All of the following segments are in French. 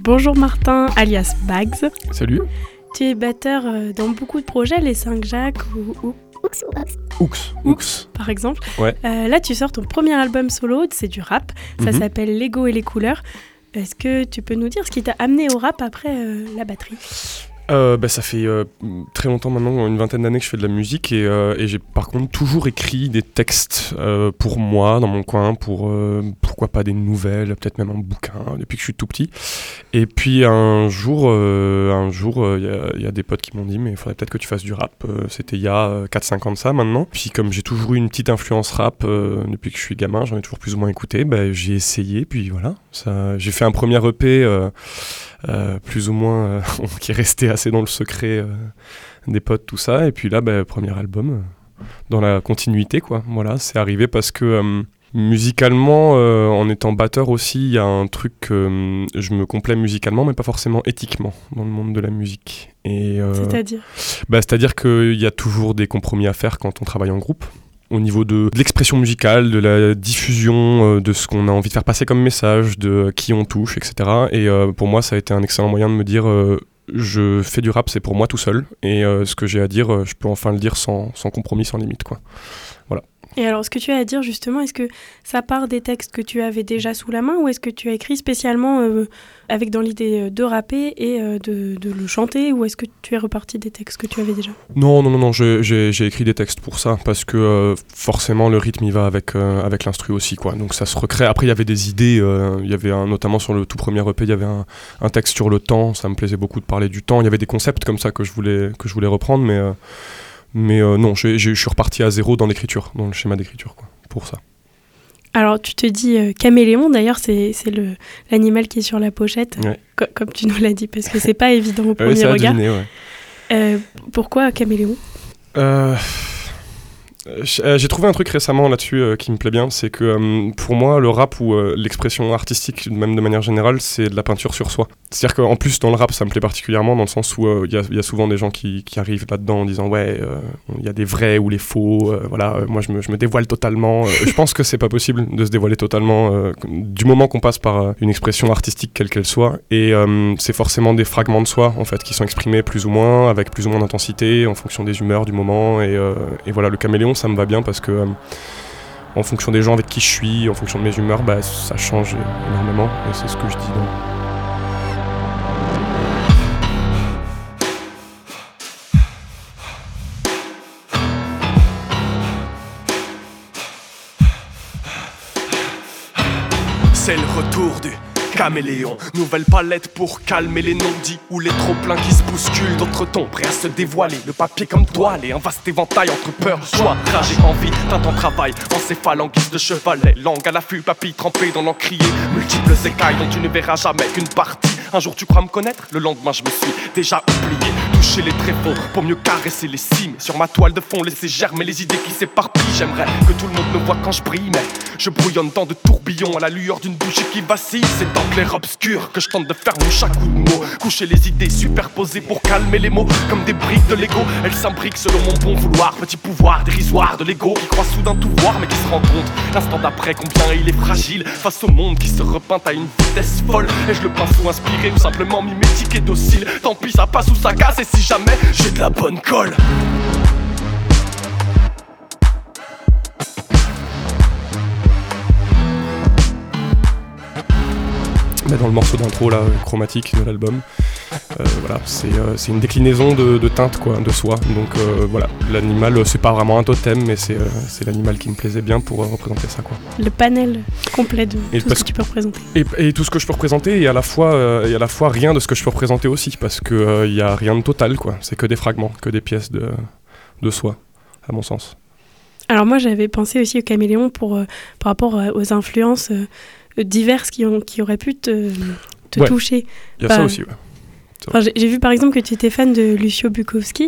Bonjour Martin, alias Bags. Salut. Tu es batteur dans beaucoup de projets, les 5 Jacques ou Oux. par exemple. Ouais. Là, tu sors ton premier album solo, c'est du rap. Ça s'appelle Lego et les couleurs. Est-ce que tu peux nous dire ce qui t'a amené au rap après la batterie ? Ça fait très longtemps maintenant, une vingtaine d'années que je fais de la musique et j'ai par contre toujours écrit des textes pour moi, dans mon coin, pour pourquoi pas des nouvelles, peut-être même un bouquin, depuis que je suis tout petit. Et puis un jour, il y a des potes qui m'ont dit mais il faudrait peut-être que tu fasses du rap. C'était il y a 4-5 ans de ça maintenant. Puis comme j'ai toujours eu une petite influence rap depuis que je suis gamin, j'en ai toujours plus ou moins écouté, j'ai essayé, puis voilà. J'ai fait un premier EP plus ou moins qui est resté assez dans le secret des potes, tout ça, et puis là premier album dans la continuité quoi. Voilà, c'est arrivé parce que musicalement en étant batteur aussi il y a un truc je me complais musicalement mais pas forcément éthiquement dans le monde de la musique et c'est-à-dire qu'il y a toujours des compromis à faire quand on travaille en groupe au niveau de l'expression musicale, de la diffusion, de ce qu'on a envie de faire passer comme message, de qui on touche, etc. Et pour moi, ça a été un excellent moyen de me dire je fais du rap, c'est pour moi tout seul. Et ce que j'ai à dire, je peux enfin le dire sans compromis, sans limite, quoi. Voilà. Et alors, ce que tu as à dire, justement, est-ce que ça part des textes que tu avais déjà sous la main ou est-ce que tu as écrit spécialement avec dans l'idée de rapper et de le chanter ou est-ce que tu es reparti des textes que tu avais déjà ? Non, j'ai écrit des textes pour ça parce que forcément le rythme il va avec l'instru aussi, quoi. Donc ça se recrée. Après, il y avait des idées, il y avait notamment sur le tout premier EP, il y avait un texte sur le temps, ça me plaisait beaucoup de parler du temps. Il y avait des concepts comme ça que je voulais reprendre, mais non, je suis reparti à zéro dans l'écriture, dans le schéma d'écriture, quoi, pour ça. Alors, tu te dis caméléon, d'ailleurs, c'est l'animal qui est sur la pochette, ouais. Comme tu nous l'as dit, parce que c'est pas évident au premier regard. Deviner, ouais. Pourquoi caméléon ? J'ai trouvé un truc récemment là-dessus qui me plaît bien, c'est que pour moi le rap ou l'expression artistique même de manière générale c'est de la peinture sur soi. C'est-à-dire qu'en plus dans le rap ça me plaît particulièrement dans le sens où il y a souvent des gens qui arrivent là-dedans en disant ouais il y a des vrais ou les faux, moi je me dévoile totalement. Je pense que c'est pas possible de se dévoiler totalement du moment qu'on passe par une expression artistique quelle qu'elle soit et c'est forcément des fragments de soi en fait qui sont exprimés plus ou moins avec plus ou moins d'intensité en fonction des humeurs du moment et voilà le caméléon ça me va bien parce que en fonction des gens avec qui je suis, en fonction de mes humeurs, ça change énormément et c'est ce que je dis C'est le retour du caméléon, nouvelle palette pour calmer les non-dits ou les trop-pleins qui se bousculent. D'autres tons prêts à se dévoiler, le papier comme toile et un vaste éventail entre peur, joie, rage et envie. D'un temps travail, encéphale en guise de chevalet, langue à l'affût, papille trempée dans l'encrier. Multiples écailles dont tu ne verras jamais qu'une partie. Un jour tu crois me connaître, le lendemain je me suis déjà oublié. Toucher les tréfonds pour mieux caresser les cimes. Sur ma toile de fond, laisser germer les idées qui s'éparpillent. J'aimerais que tout le monde me voie quand je brille, mais je brouillonne dans de tourbillons à la lueur d'une bougie qui vacille. C'est dans clair obscur que je tente de faire mon chaque coup de mot. Coucher les idées superposées pour calmer les mots. Comme des briques de Lego, elles s'imbriquent selon mon bon vouloir. Petit pouvoir dérisoire de l'ego qui croit soudain tout voir mais qui se rend compte l'instant d'après combien il est fragile face au monde qui se repeint à une vitesse folle. Et je le pince ou inspiré ou simplement mimétique et docile. Tant pis ça passe ou ça casse et si jamais j'ai de la bonne colle. dans le morceau d'intro là, chromatique de l'album. C'est une déclinaison de teintes quoi, de soi. Donc voilà, l'animal c'est pas vraiment un totem, mais c'est l'animal qui me plaisait bien pour représenter ça quoi. Le panel complet de tout ce que tu peux représenter. Et tout ce que je peux représenter et à la fois rien de ce que je peux représenter aussi, parce que y a rien de total quoi. C'est que des fragments, que des pièces de soi, à mon sens. Alors moi j'avais pensé aussi au caméléon par rapport aux influences diverses qui auraient pu te toucher. Il y a ça aussi, ouais. Enfin, j'ai vu par exemple que tu étais fan de Lucio Bukowski.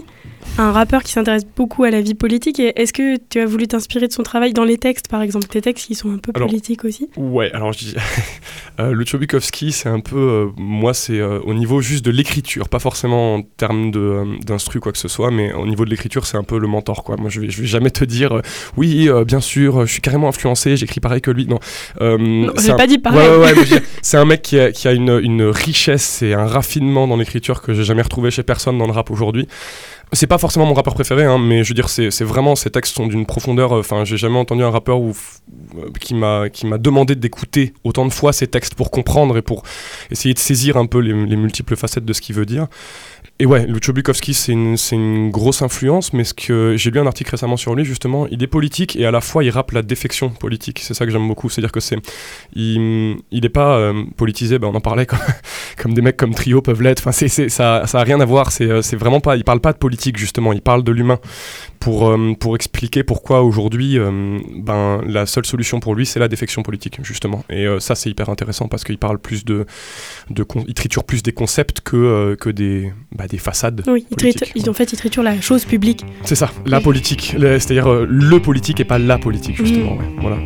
un rappeur qui s'intéresse beaucoup à la vie politique. Et est-ce que tu as voulu t'inspirer de son travail dans les textes, par exemple, tes textes qui sont un peu politiques aussi? Ouais, alors je dis, Lucio Bukowski, c'est un peu, moi, c'est au niveau juste de l'écriture, pas forcément en termes d'instru quoi que ce soit, mais au niveau de l'écriture, c'est un peu le mentor, quoi. Moi, je vais jamais te dire, oui, bien sûr, je suis carrément influencé, j'écris pareil que lui. Non, non j'ai pas dit pareil. Ouais, c'est un mec qui a une richesse et un raffinement dans l'écriture que j'ai jamais retrouvé chez personne dans le rap aujourd'hui. C'est pas forcément mon rappeur préféré, hein, mais je veux dire, c'est vraiment, ces textes sont d'une profondeur. Enfin, j'ai jamais entendu un rappeur qui m'a demandé d'écouter autant de fois ces textes pour comprendre et pour essayer de saisir un peu les multiples facettes de ce qu'il veut dire. Et ouais, Lucio Bukowski, c'est une grosse influence, mais j'ai lu un article récemment sur lui, justement, il est politique et à la fois il rappe la défection politique. C'est ça que j'aime beaucoup, c'est-à-dire que il est pas politisé, on en parlait comme des mecs comme Trio peuvent l'être. Enfin, ça a rien à voir, c'est vraiment pas, il parle pas de politique justement, il parle de l'humain pour expliquer pourquoi aujourd'hui, la seule solution pour lui, c'est la défection politique justement. Et ça, c'est hyper intéressant parce qu'il parle plus il triture plus des concepts que des façades. Oui, il triture la chose publique. C'est ça, la politique, c'est-à-dire le politique et pas la politique justement. Ouais, voilà.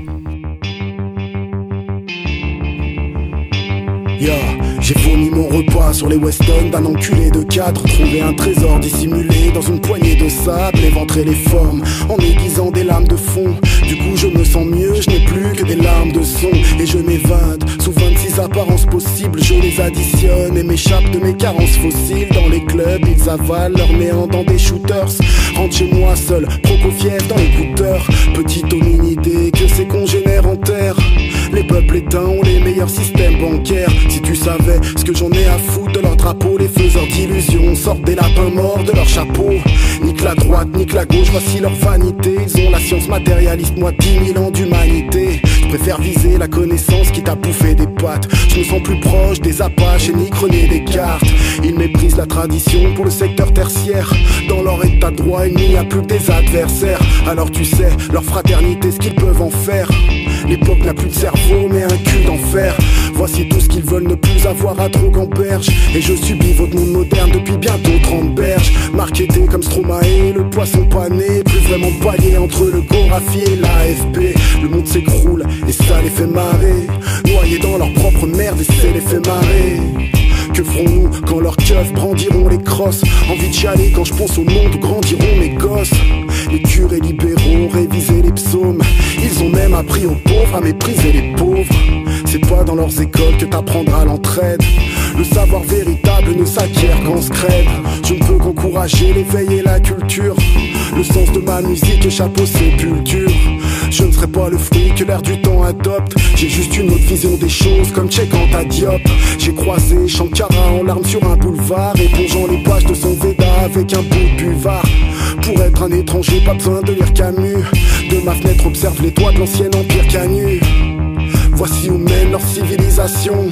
Yeah. J'ai vomi mon repas sur les Weston d'un enculé de 4. Trouvé un trésor dissimulé dans une poignée de sable. Éventrer les formes en aiguisant des lames de fond. Du coup je me sens mieux, je n'ai plus que des larmes de son. Et je m'évade sous 26 apparences possibles. Je les additionne et m'échappe de mes carences fossiles. Dans les clubs ils avalent leur néant dans des shooters. Rentre chez moi seul, Prokofiev dans l'écouteur. Petite hominidé que ces congénères enterrent. Les peuples éteints ont les meilleurs systèmes bancaires. Si tu savais ce que j'en ai à foutre de leur drapeau, les faiseurs d'illusions sortent des lapins morts de leur chapeau. Nique la droite, nique la gauche, voici leur vanité. Ils ont la science matérialiste, moi 10 000 ans d'humanité. Je préfère viser la connaissance qui t'a bouffé des pattes. Je me sens plus proche des Apaches et Nick René Descartes. Ils méprisent la tradition pour le secteur tertiaire. Dans leur état de droit, il n'y a plus que des adversaires. Alors tu sais, leur fraternité, ce qu'ils peuvent en faire. L'époque n'a plus de cerveau mais un cul d'enfer. Voici tout ce qu'ils veulent ne plus avoir à Drogue-en-Berge. Et je subis votre monde moderne depuis bientôt 30 berges. Marketé comme Stromae, le poisson pané. Plus vraiment de palier entre le Gorafi et l'AFP. Le monde s'écroule et ça les fait marrer. Noyés dans leur propre merde et c'est les fait marrer. Que ferons-nous quand leurs keufs brandiront les crosses? Envie de chialer quand je pense au monde où grandiront mes gosses. Les curés libéraux réviser les psaumes. Ils ont même appris aux pauvres à mépriser les pauvres. C'est pas dans leurs écoles que t'apprendras l'entraide. Le savoir véritable ne s'acquiert qu'en scred. Je ne peux qu'encourager l'éveil et la culture. Le sens de ma musique échappe aux sépultures. Je ne serai pas le fruit que l'air du temps adopte. J'ai juste une autre vision des choses comme Cheikh-Anta Diop. J'ai croisé Shankara en larmes sur un boulevard, épongeant les pages de son Veda avec un bout de buvard. Pour être un étranger, pas besoin de lire Camus. De ma fenêtre, observe les toits de l'ancien empire Canu. Voici où mène leur civilisation.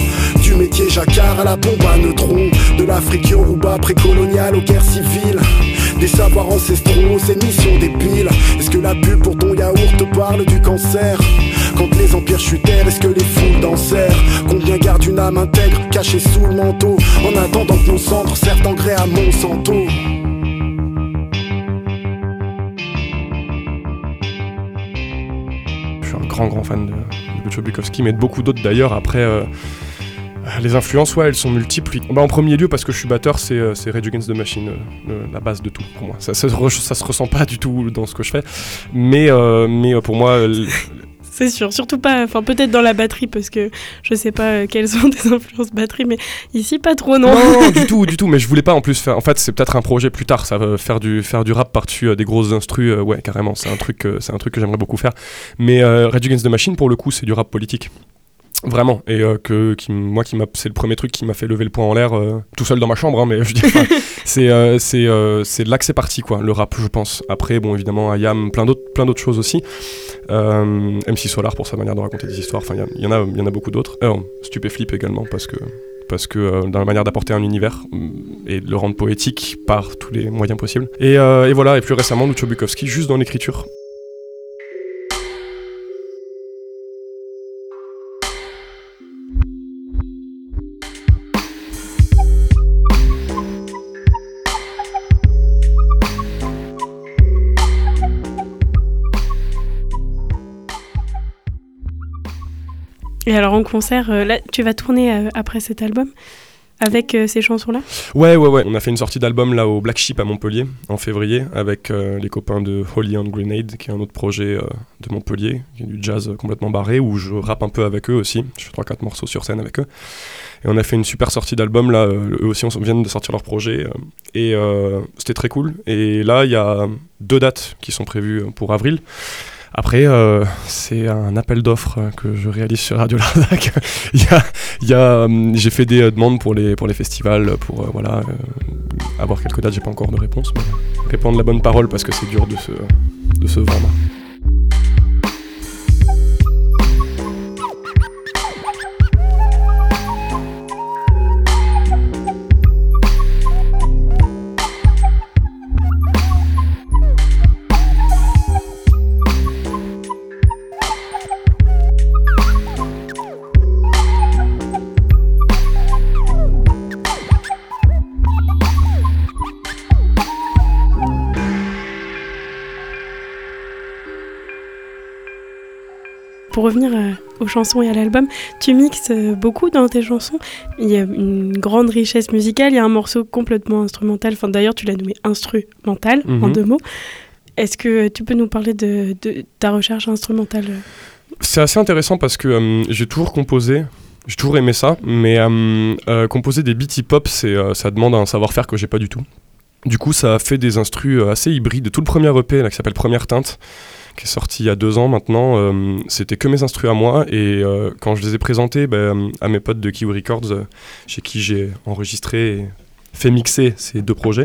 Du métier jacquard à la bombe à neutrons. De l'Afrique Yoruba précoloniale aux guerres civiles. Des savoirs ancestraux, ces missions débiles. Est-ce que la pub pour ton yaourt te parle du cancer? Quand les empires chutèrent, est-ce que les foules dansèrent? Combien gardent une âme intègre cachée sous le manteau, en attendant que nos cendres servent d'engrais à Monsanto? Je suis un grand fan de Lucio Bukowski, mais de beaucoup d'autres d'ailleurs. Après, les influences, ouais, elles sont multiples. En premier lieu, parce que je suis batteur, c'est Rage Against the Machine, la base de tout pour moi. Ça se ressent pas du tout dans ce que je fais, mais pour moi... C'est sûr, surtout pas, enfin peut-être dans la batterie parce que je sais pas quelles sont tes influences batterie, mais ici pas trop non. Non, du tout, mais je voulais pas en plus faire, en fait c'est peut-être un projet plus tard, ça va faire du rap par-dessus des grosses instrus, ouais carrément, c'est un truc que j'aimerais beaucoup faire, mais Rage Against the Machine pour le coup c'est du rap politique. Vraiment, et c'est le premier truc qui m'a fait lever le poing en l'air tout seul dans ma chambre, hein, mais je dis c'est de là que c'est parti quoi, le rap je pense. Après bon évidemment IAM, plein d'autres choses aussi, MC Solar pour sa manière de raconter des histoires, enfin il y en a beaucoup d'autres, Stupéflip également parce que dans la manière d'apporter un univers et de le rendre poétique par tous les moyens possibles, et voilà, et plus récemment Lucio Bukowski juste dans l'écriture. Et alors en concert, là, tu vas tourner après cet album avec ces chansons-là ? Ouais. On a fait une sortie d'album là au Black Sheep à Montpellier en février avec les copains de Holy Hand Grenade, qui est un autre projet de Montpellier, qui est du jazz complètement barré, où je rappe un peu avec eux aussi. Je fais 3-4 morceaux sur scène avec eux. Et on a fait une super sortie d'album là. Eux aussi viennent de sortir leur projet et c'était très cool. Et là, il y a 2 dates qui sont prévues pour avril. Après, c'est un appel d'offres que je réalise sur Radio Larzac. J'ai fait des demandes pour les festivals, pour avoir quelques dates. J'ai pas encore de réponse, mais répondre la bonne parole parce que c'est dur de se vendre. Pour revenir aux chansons et à l'album, tu mixes beaucoup dans tes chansons. Il y a une grande richesse musicale, il y a un morceau complètement instrumental. Enfin, d'ailleurs, tu l'as nommé instrumental, en 2 mots. Est-ce que tu peux nous parler de ta recherche instrumentale ? C'est assez intéressant parce que j'ai toujours composé. J'ai toujours aimé ça, mais composer des beats hip-hop, ça demande un savoir-faire que j'ai pas du tout. Du coup, ça a fait des instrus assez hybrides. Tout le premier EP là, qui s'appelle Première Teinte, qui est sorti il y a 2 ans maintenant, c'était que mes instrus à moi, et quand je les ai présentés à mes potes de Kiwi Records, chez qui j'ai enregistré et fait mixer ces 2 projets,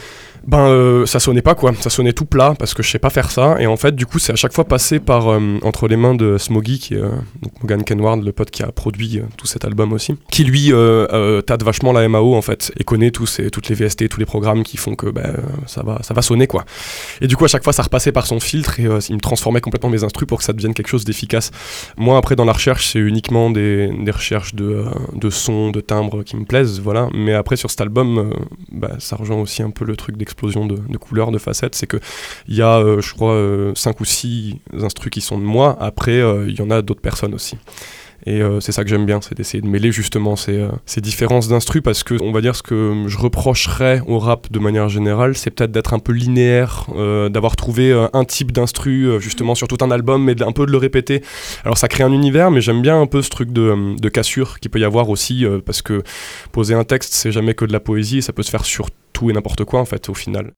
ça sonnait pas quoi, ça sonnait tout plat parce que je sais pas faire ça, et en fait du coup c'est à chaque fois passé par entre les mains de Smoggy, qui est donc Morgan Kenward, le pote qui a produit tout cet album aussi, qui lui tâte vachement la MAO en fait et connaît toutes les VST, tous les programmes qui font que ça va sonner quoi, et du coup à chaque fois ça repassait par son filtre et il me transformait complètement mes instrus pour que ça devienne quelque chose d'efficace. Moi après dans la recherche c'est uniquement des recherches de sons, de timbres qui me plaisent, voilà, mais après sur cet album ça rejoint aussi un peu le truc d'explosion de couleurs, de facettes, c'est que il y a je crois 5 ou 6 instrus qui sont de moi, après il y en a d'autres personnes aussi. Et c'est ça que j'aime bien, c'est d'essayer de mêler justement ces différences d'instrus, parce que on va dire ce que je reprocherais au rap de manière générale, c'est peut-être d'être un peu linéaire, d'avoir trouvé un type d'instru justement sur tout un album, mais un peu de le répéter. Alors ça crée un univers, mais j'aime bien un peu ce truc de cassure qu'il peut y avoir aussi, parce que poser un texte c'est jamais que de la poésie, et ça peut se faire sur tout et n'importe quoi en fait au final.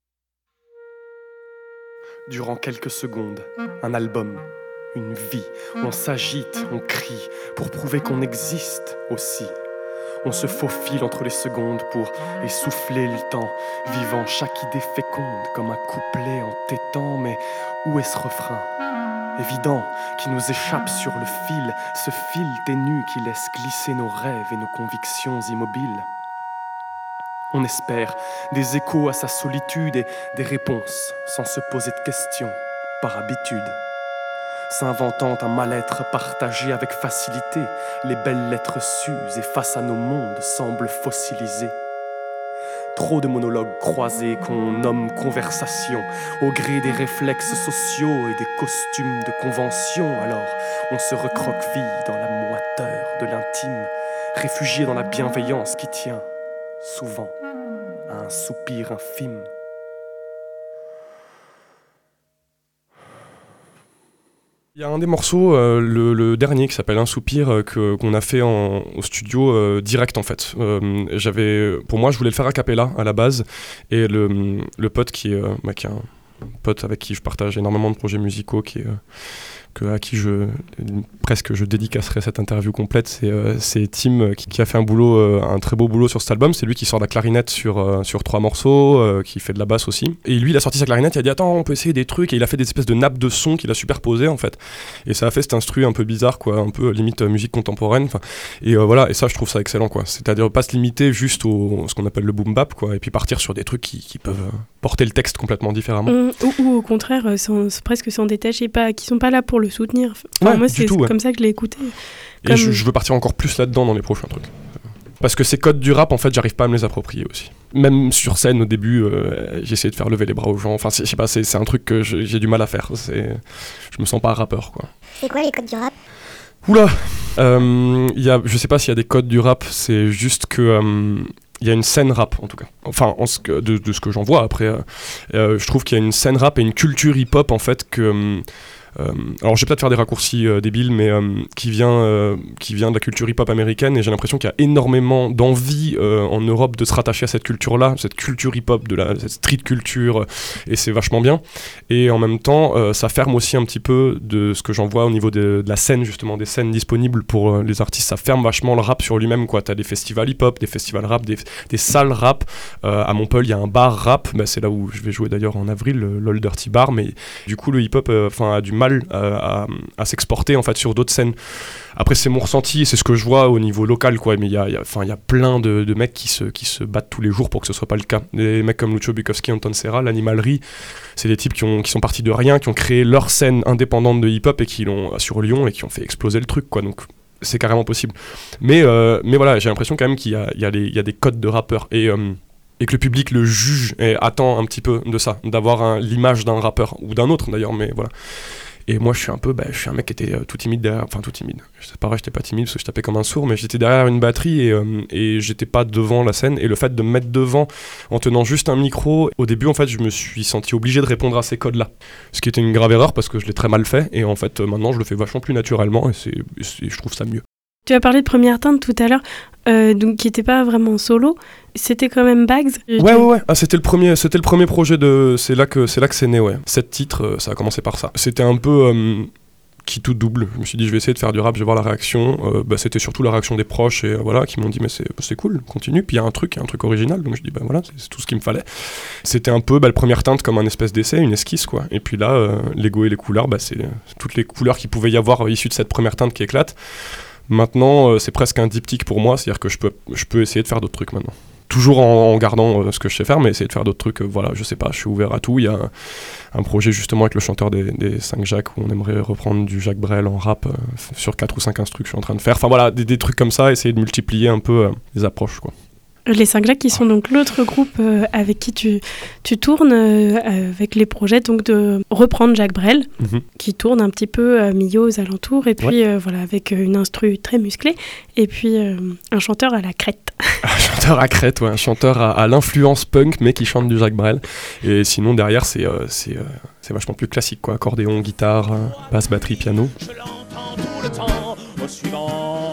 Durant quelques secondes, un album, une vie, on s'agite, on crie, pour prouver qu'on existe aussi. On se faufile entre les secondes pour essouffler le temps, vivant chaque idée féconde comme un couplet entêtant. Mais où est ce refrain évident qui nous échappe sur le fil, ce fil ténu qui laisse glisser nos rêves et nos convictions immobiles? On espère des échos à sa solitude et des réponses sans se poser de questions, par habitude. S'inventant un mal-être partagé avec facilité, les belles lettres s'usent et face à nos mondes semblent fossilisées. Trop de monologues croisés qu'on nomme conversation, au gré des réflexes sociaux et des costumes de convention. Alors on se recroqueville dans la moiteur de l'intime, réfugié dans la bienveillance qui tient souvent à un soupir infime. Il y a un des morceaux, le dernier, qui s'appelle Un soupir, qu'on a fait au studio direct en fait. Pour moi, je voulais le faire a cappella à la base, et le pote qui est un pote avec qui je partage énormément de projets musicaux, à qui je dédicacerai cette interview complète, c'est Tim qui a fait un très beau boulot sur cet album. C'est lui qui sort de la clarinette sur 3 morceaux, qui fait de la basse aussi. Et lui, il a sorti sa clarinette, il a dit attends, on peut essayer des trucs, et il a fait des espèces de nappes de son qu'il a superposées en fait. Et ça a fait cet instru un peu bizarre, quoi, un peu limite musique contemporaine. Et voilà, et ça je trouve ça excellent, quoi. C'est-à-dire pas se limiter juste ce qu'on appelle le boom bap, quoi, et puis partir sur des trucs qui peuvent porter le texte complètement différemment. Ou au contraire, presque s'en détacher, qui sont pas là pour le soutenir. Enfin, moi, c'est comme ça que je l'ai écouté. Et je veux partir encore plus là-dedans dans les prochains trucs. Parce que ces codes du rap, en fait, j'arrive pas à me les approprier aussi. Même sur scène, au début, j'ai essayé de faire lever les bras aux gens. Enfin, je sais pas, c'est un truc que j'ai du mal à faire. Je me sens pas rappeur, quoi. C'est quoi les codes du rap ? Oula, je sais pas s'il y a des codes du rap, c'est juste que il y a une scène rap en tout cas. Enfin, de ce que j'en vois après, je trouve qu'il y a une scène rap et une culture hip-hop en fait que alors je vais peut-être faire des raccourcis débiles, mais qui vient de la culture hip-hop américaine, et j'ai l'impression qu'il y a énormément d'envie en Europe de se rattacher à cette culture-là, cette culture hip-hop, cette street culture, et c'est vachement bien. Et en même temps, ça ferme aussi un petit peu de ce que j'en vois au niveau de la scène, justement, des scènes disponibles pour les artistes. Ça ferme vachement le rap sur lui-même, quoi. T'as des festivals hip-hop, des festivals rap, des salles rap. À Montpellier, il y a un bar rap, c'est là où je vais jouer d'ailleurs en avril, l'Old Dirty Bar, mais du coup le hip-hop a du mal à s'exporter en fait sur d'autres scènes. Après, c'est mon ressenti et c'est ce que je vois au niveau local, quoi. Mais il y a plein de mecs qui se battent tous les jours pour que ce soit pas le cas. Des mecs comme Lucio Bukowski, Anton Serra, l'Animalerie, c'est des types qui sont partis de rien, qui ont créé leur scène indépendante de hip-hop et qui l'ont sur Lyon et qui ont fait exploser le truc, quoi. Donc c'est carrément possible. Mais voilà, j'ai l'impression quand même qu'il y a des codes de rappeurs et que le public le juge et attend un petit peu de ça, d'avoir l'image d'un rappeur ou d'un autre d'ailleurs, mais voilà. Et moi, je suis un mec qui était tout timide derrière, enfin tout timide. C'est pas vrai, j'étais pas timide parce que je tapais comme un sourd, mais j'étais derrière une batterie et j'étais pas devant la scène. Et le fait de me mettre devant en tenant juste un micro, au début, en fait, je me suis senti obligé de répondre à ces codes-là. Ce qui était une grave erreur parce que je l'ai très mal fait. Et en fait, maintenant, je le fais vachement plus naturellement et je trouve ça mieux. Tu as parlé de Première Teinte tout à l'heure, donc qui n'était pas vraiment solo. C'était quand même Bags. Ouais. Ah, c'était le premier projet de. C'est là que c'est né, ouais. 7 titres, ça a commencé par ça. C'était un peu qui tout double. Je me suis dit, je vais essayer de faire du rap, je vais voir la réaction. C'était surtout la réaction des proches et voilà, qui m'ont dit, mais c'est cool, continue. Puis il y a un truc original. Donc je dis, voilà, c'est tout ce qu'il me fallait. C'était un peu le Première Teinte comme un espèce d'essai, une esquisse, quoi. Et puis là, l'ego et les couleurs, c'est toutes les couleurs qu'il pouvait y avoir issues de cette Première Teinte qui éclatent. Maintenant, c'est presque un diptyque pour moi, c'est-à-dire que je peux essayer de faire d'autres trucs maintenant. Toujours en gardant ce que je sais faire, mais essayer de faire d'autres trucs, voilà, je sais pas, je suis ouvert à tout. Il y a un projet justement avec le chanteur des 5 Jacques où on aimerait reprendre du Jacques Brel en rap sur 4 ou 5 instrus que je suis en train de faire. Enfin voilà, des trucs comme ça, essayer de multiplier un peu les approches, quoi. Les 5 Jacques qui sont donc l'autre groupe avec qui tu tournes avec les projets donc de reprendre Jacques Brel qui tourne un petit peu milieu aux alentours et puis voilà, avec une instru très musclée et puis un chanteur à la crête. Un chanteur à crête, ouais, un chanteur à l'influence punk mais qui chante du Jacques Brel. Et sinon derrière c'est vachement plus classique, quoi. Accordéon, guitare, basse, batterie, piano. Je l'entends tout le temps au suivant.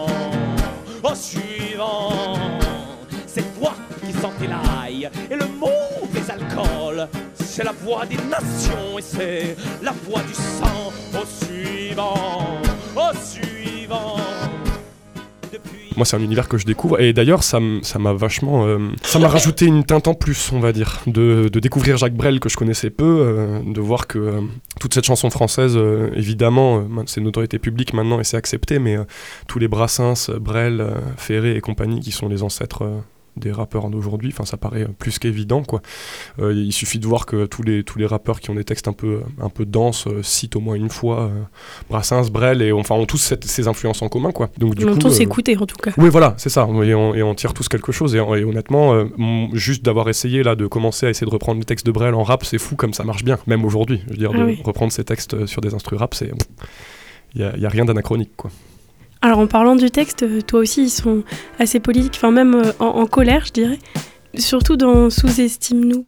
Cette voix qui sentait l'ail et le mot des alcools, c'est la voix des nations et c'est la voix du sang. Au suivant. Moi, c'est un univers que je découvre et d'ailleurs, ça m'a vachement, ça m'a rajouté une teinte en plus, on va dire, de découvrir Jacques Brel que je connaissais peu, de voir que toute cette chanson française, évidemment, c'est une autorité publique maintenant et c'est accepté, mais tous les Brassens, Brel, Ferré et compagnie qui sont les ancêtres des rappeurs d'aujourd'hui, enfin ça paraît plus qu'évident, quoi. Il suffit de voir que tous les rappeurs qui ont des textes un peu denses citent au moins une fois Brassens, Brel et enfin ont tous ces influences en commun, quoi. Donc ils ont tous écouté en tout cas. Oui voilà, c'est ça, et on tire tous quelque chose et honnêtement juste d'avoir essayé là de commencer à essayer de reprendre les textes de Brel en rap, c'est fou comme ça marche bien, même aujourd'hui. Je veux dire, reprendre ces textes sur des instrus rap, c'est y a rien d'anachronique, quoi. Alors en parlant du texte, toi aussi ils sont assez politiques, enfin même en colère je dirais, surtout dans Sous-estime-nous.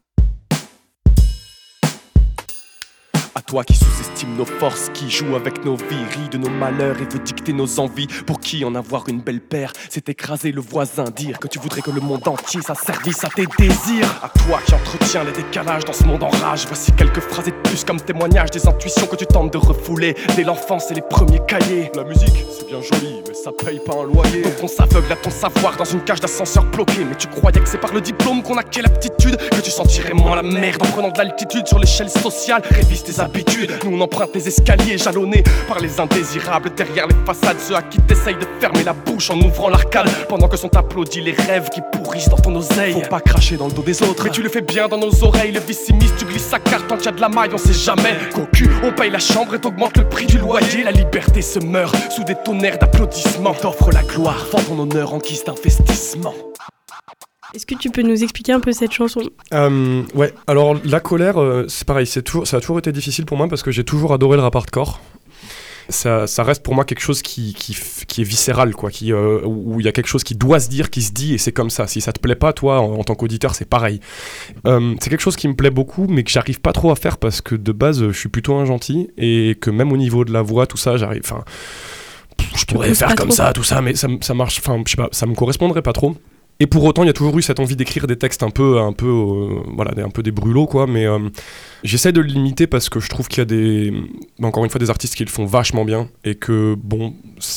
À toi qui sous-estime nos forces, qui joue avec nos vies, rit de nos malheurs et veut dicter nos envies. Pour qui en avoir une belle paire, c'est écraser le voisin, dire que tu voudrais que le monde entier s'asservisse à tes désirs. À toi qui entretiens les décalages dans ce monde en rage, voici quelques phrases et de plus comme témoignage des intuitions que tu tentes de refouler dès l'enfance et les premiers cahiers. La musique, c'est bien joli, mais ça paye pas un loyer. Donc on s'aveugle à ton savoir dans une cage d'ascenseur bloqué. Mais tu croyais que c'est par le diplôme qu'on acquiert l'aptitude que tu sentirais moins la merde en prenant de l'altitude sur l'échelle sociale. Révise tes habitudes, nous on emprunte les escaliers jalonnés par les indésirables derrière les façades, ceux à qui t'essayes de fermer la bouche en ouvrant l'arcade pendant que sont applaudis les rêves qui pourrissent dans ton oseille. Faut pas cracher dans le dos des autres, mais tu le fais bien dans nos oreilles. Le pessimiste, tu glisses sa carte tant qu'il y a de la maille, on sait jamais. Cocu, on paye la chambre et t'augmente le prix du loyer. La liberté se meurt sous des tonnerres d'applaudissements. T'offre la gloire, vends ton honneur en guise d'investissement. Est-ce que tu peux nous expliquer un peu cette chanson ? Ouais, alors la colère, c'est pareil, ça a toujours été difficile pour moi parce que j'ai toujours adoré le rap hardcore. ça reste pour moi quelque chose qui est viscéral, quoi, où il y a quelque chose qui doit se dire, qui se dit, et c'est comme ça. Si ça te plaît pas, toi, en tant qu'auditeur, c'est pareil. C'est quelque chose qui me plaît beaucoup, mais que j'arrive pas trop à faire parce que de base, je suis plutôt un gentil, et que même au niveau de la voix, tout ça, je pourrais faire comme ça, tout ça, mais ça marche, enfin, je sais pas, ça me correspondrait pas trop. Et pour autant, il y a toujours eu cette envie d'écrire des textes un peu des brûlots, quoi. Mais j'essaie de le limiter parce que je trouve qu'il y a encore une fois, des artistes qui le font vachement bien et que bon,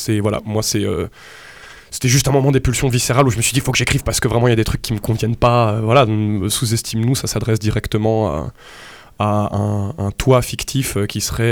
c'était juste un moment d'impulsion viscérale où je me suis dit, il faut que j'écrive parce que vraiment il y a des trucs qui me conviennent pas. Sous-estime-nous, ça s'adresse directement à un toi fictif qui serait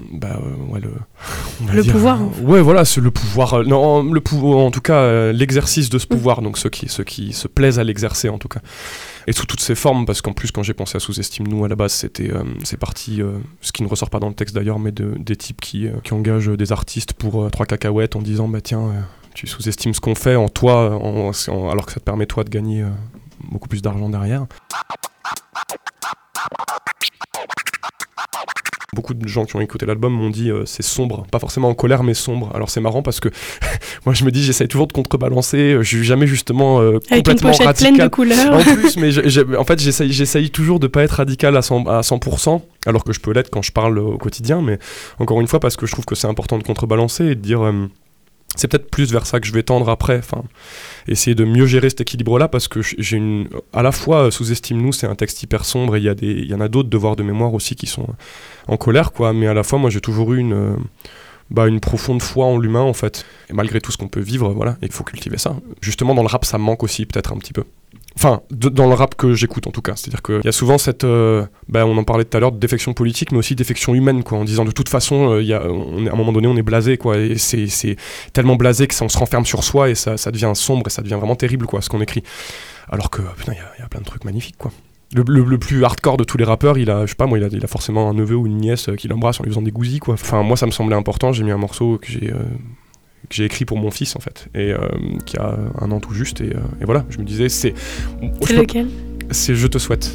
le pouvoir. Ouais, voilà, c'est le pouvoir. Non, le pouvoir, en tout cas, l'exercice de ce pouvoir. Donc ceux qui se plaisent à l'exercer, en tout cas. Et sous toutes ses formes, parce qu'en plus, quand j'ai pensé à Sous-estime-nous, à la base, c'est parti, ce qui ne ressort pas dans le texte d'ailleurs, mais des types qui engagent des artistes pour 3 cacahuètes en disant, bah tiens, tu sous-estimes ce qu'on fait en toi, alors que ça te permet toi de gagner beaucoup plus d'argent derrière. Beaucoup de gens qui ont écouté l'album m'ont dit c'est sombre, pas forcément en colère mais sombre. Alors c'est marrant parce que moi je me dis j'essaye toujours de contrebalancer, je suis jamais justement avec complètement une pochette radical. pleine de couleurs. En plus, mais en fait j'essaye toujours de pas être radical à 100%, alors que je peux l'être quand je parle au quotidien, mais encore une fois parce que je trouve que c'est important de contrebalancer et de dire c'est peut-être plus vers ça que je vais tendre après, enfin, essayer de mieux gérer cet équilibre-là, parce que à la fois, Sous-estime-nous, c'est un texte hyper sombre, et il y en a d'autres devoirs de mémoire aussi qui sont en colère, quoi, mais à la fois, moi, j'ai toujours eu une profonde foi en l'humain, en fait, et malgré tout ce qu'on peut vivre, voilà, il faut cultiver ça. Justement, dans le rap, ça me manque aussi, peut-être un petit peu. Enfin, dans le rap que j'écoute en tout cas, c'est-à-dire qu'il y a souvent cette, on en parlait tout à l'heure, de défection politique, mais aussi défection humaine, quoi, en disant de toute façon, à un moment donné, on est blasé, quoi, et c'est tellement blasé que on se renferme sur soi et ça devient sombre et ça devient vraiment terrible, quoi, ce qu'on écrit. Alors que putain, il y a plein de trucs magnifiques, quoi. Le plus hardcore de tous les rappeurs, il a forcément un neveu ou une nièce qui l'embrasse en lui faisant des gousilles, quoi. Enfin, moi, ça me semblait important. J'ai mis un morceau que j'ai écrit pour mon fils en fait, et qui a 1 an tout juste, et voilà, je me disais c'est lequel ? C'est Je te souhaite.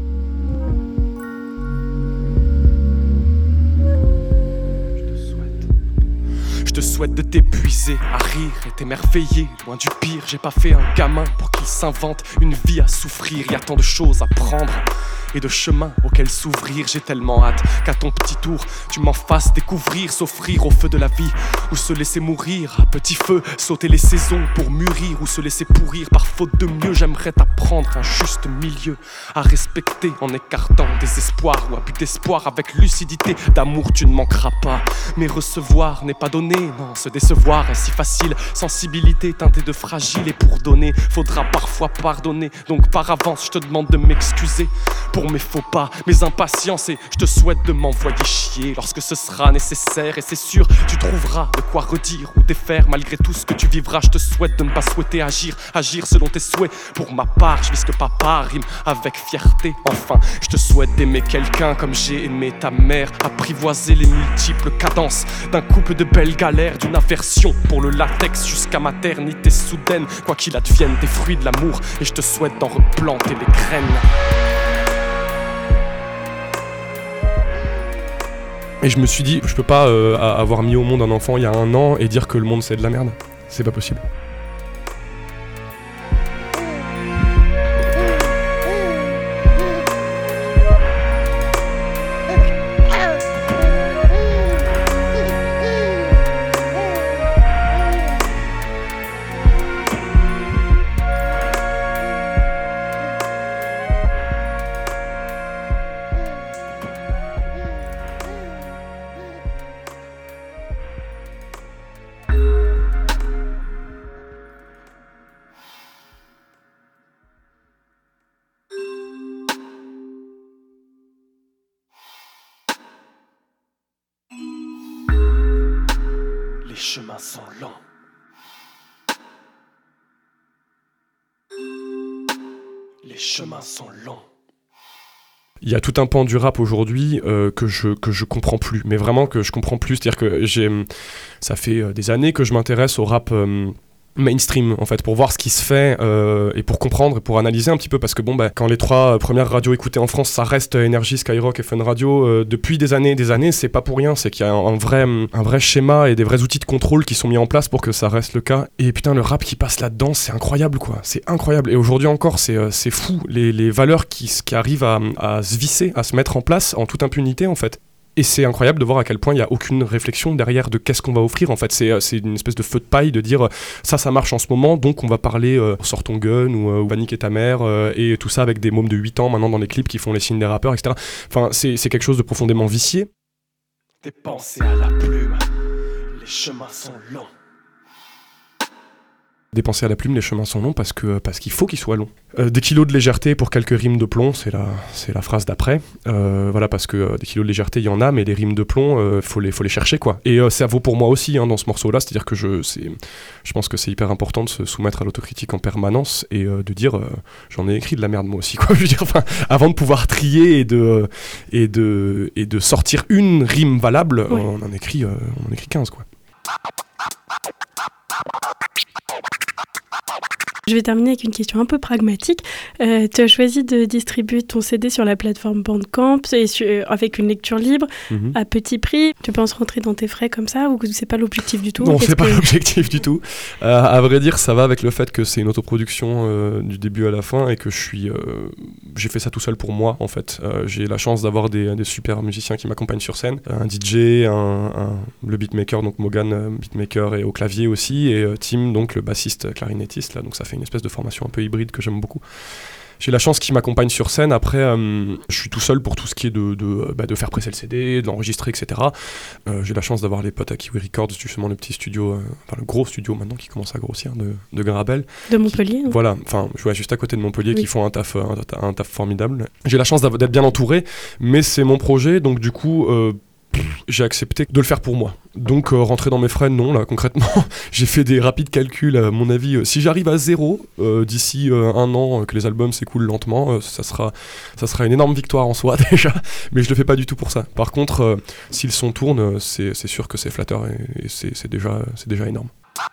Je te souhaite de t'épuiser, à rire et t'émerveiller. Loin du pire, j'ai pas fait un gamin pour qu'il s'invente une vie à souffrir. Y a tant de choses à prendre et de chemins auxquels s'ouvrir. J'ai tellement hâte qu'à ton petit tour tu m'en fasses découvrir, s'offrir au feu de la vie, ou se laisser mourir à petit feu, sauter les saisons pour mûrir, ou se laisser pourrir par faute de mieux. J'aimerais t'apprendre un juste milieu à respecter en écartant désespoir ou abus d'espoir. Avec lucidité, d'amour tu ne manqueras pas, mais recevoir n'est pas donné, non, se décevoir est si facile. Sensibilité teintée de fragile, et pour donner faudra parfois pardonner. Donc par avance je te demande de m'excuser pour mes faux pas, mes impatiences, et je te souhaite de m'envoyer chier lorsque ce sera nécessaire. Et c'est sûr, tu trouveras de quoi redire ou défaire malgré tout ce que tu vivras. Je te souhaite de ne pas souhaiter agir selon tes souhaits. Pour ma part, je risque papa rime avec fierté. Enfin, je te souhaite d'aimer quelqu'un comme j'ai aimé ta mère, apprivoiser les multiples cadences d'un couple de belles galères, d'une aversion pour le latex jusqu'à maternité soudaine. Quoi qu'il advienne, des fruits de l'amour, et je te souhaite d'en replanter les graines. Et je me suis dit, je peux pas avoir mis au monde un enfant il y a 1 an et dire que le monde c'est de la merde. C'est pas possible. Les chemins sont lents. Les chemins sont lents. Il y a tout un pan du rap aujourd'hui que je comprends plus, mais vraiment que je comprends plus. C'est-à-dire que ça fait des années que je m'intéresse au rap mainstream en fait, pour voir ce qui se fait et pour comprendre et pour analyser un petit peu, parce que quand les 3 premières radios écoutées en France ça reste Énergie, Skyrock et Fun Radio depuis des années, c'est pas pour rien, c'est qu'il y a un vrai schéma et des vrais outils de contrôle qui sont mis en place pour que ça reste le cas. Et putain, le rap qui passe là-dedans, c'est incroyable quoi, c'est incroyable. Et aujourd'hui encore c'est fou les valeurs qui arrivent à se visser, à se mettre en place en toute impunité en fait. Et c'est incroyable de voir à quel point il n'y a aucune réflexion derrière de qu'est-ce qu'on va offrir. En fait, c'est une espèce de feu de paille de dire ça marche en ce moment, donc on va parler Sors ton gun ou Va niquer ta mère et tout ça avec des mômes de 8 ans maintenant dans les clips qui font les signes des rappeurs, etc. Enfin, c'est quelque chose de profondément vicié. Des pensées à la plume, les chemins sont longs. Dépenser à la plume, les chemins sont longs parce qu'il faut qu'ils soient longs. Des kilos de légèreté pour quelques rimes de plomb, c'est la phrase d'après. Voilà, parce que des kilos de légèreté, il y en a, mais les rimes de plomb, faut les chercher, quoi. Et ça vaut pour moi aussi dans ce morceau-là, c'est-à-dire que je pense que c'est hyper important de se soumettre à l'autocritique en permanence et de dire j'en ai écrit de la merde moi aussi, quoi. Je veux dire, avant de pouvoir trier et de sortir une rime valable, ouais. on en écrit 15, quoi. Je vais terminer avec une question un peu pragmatique. Tu as choisi de distribuer ton CD sur la plateforme Bandcamp avec une lecture libre à petit prix. Tu penses rentrer dans tes frais comme ça ou que c'est pas l'objectif du tout? Non, c'est pas l'objectif du tout. À vrai dire, ça va avec le fait que c'est une autoproduction du début à la fin et que j'ai fait ça tout seul pour moi en fait. J'ai la chance d'avoir des super musiciens qui m'accompagnent sur scène. Un DJ, le beatmaker, donc Mogan, beatmaker et au clavier aussi, et Tim, donc le bassiste clarinettiste là. Donc ça fait une espèce de formation un peu hybride que j'aime beaucoup. J'ai la chance qu'ils m'accompagnent sur scène. Après, je suis tout seul pour tout ce qui est de faire presser le CD, de l'enregistrer, etc. J'ai la chance d'avoir les potes à Kiwi Records, justement le petit studio, le gros studio maintenant qui commence à grossir, de Grabel. De Montpellier. Voilà, je vois juste à côté de Montpellier, oui. Qui font un taf formidable. J'ai la chance d'être bien entouré, mais c'est mon projet, donc du coup... j'ai accepté de le faire pour moi. Donc rentrer dans mes frais, non, là, concrètement. J'ai fait des rapides calculs, à mon avis. Si j'arrive à 0 d'ici 1 an, que les albums s'écoulent lentement, ça sera une énorme victoire en soi, déjà. Mais je le fais pas du tout pour ça. Par contre, si le son tourne, c'est sûr que c'est flatteur et c'est déjà énorme.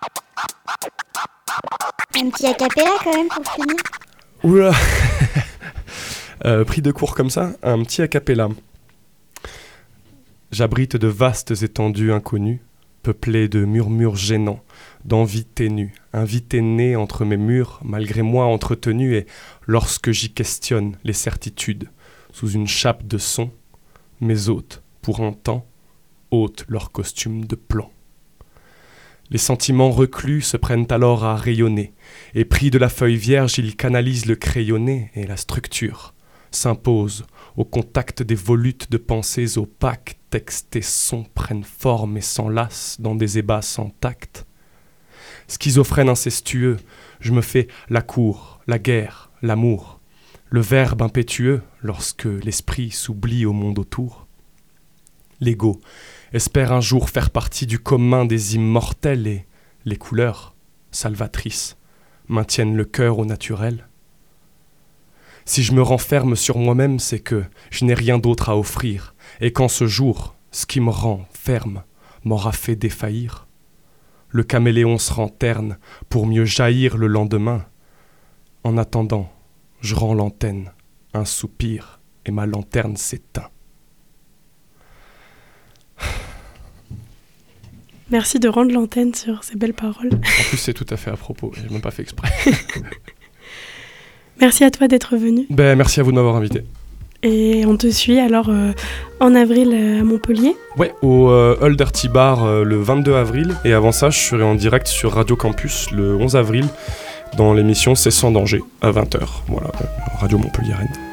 Un petit acapella quand même pour finir. Oula. Pris de court comme ça, un petit acapella. J'abrite de vastes étendues inconnues, peuplées de murmures gênants, d'envies ténues, invité né entre mes murs, malgré moi entretenu, et lorsque j'y questionne les certitudes, sous une chape de son, mes hôtes, pour un temps, ôtent leur costume de plomb. Les sentiments reclus se prennent alors à rayonner, et pris de la feuille vierge, ils canalisent le crayonné, et la structure s'impose au contact des volutes de pensées opaques. Textes et sons prennent forme et s'enlacent dans des ébats sans tact. Schizophrène incestueux, je me fais la cour, la guerre, l'amour, le verbe impétueux lorsque l'esprit s'oublie au monde autour. L'ego espère un jour faire partie du commun des immortels et les couleurs, salvatrices, maintiennent le cœur au naturel. Si je me renferme sur moi-même, c'est que je n'ai rien d'autre à offrir, et qu'en ce jour, ce qui me rend ferme m'aura fait défaillir. Le caméléon se rend terne pour mieux jaillir le lendemain. En attendant, je rends l'antenne, un soupir, et ma lanterne s'éteint. Merci de rendre l'antenne sur ces belles paroles. En plus, c'est tout à fait à propos, j'ai même pas fait exprès. Merci à toi d'être venu. Merci à vous de m'avoir invité. Et on te suit alors en avril à Montpellier. Ouais, au Hall Dirty Bar le 22 avril. Et avant ça, je serai en direct sur Radio Campus le 11 avril dans l'émission C'est sans danger à 20h. Voilà, Radio Montpellier-Rennes.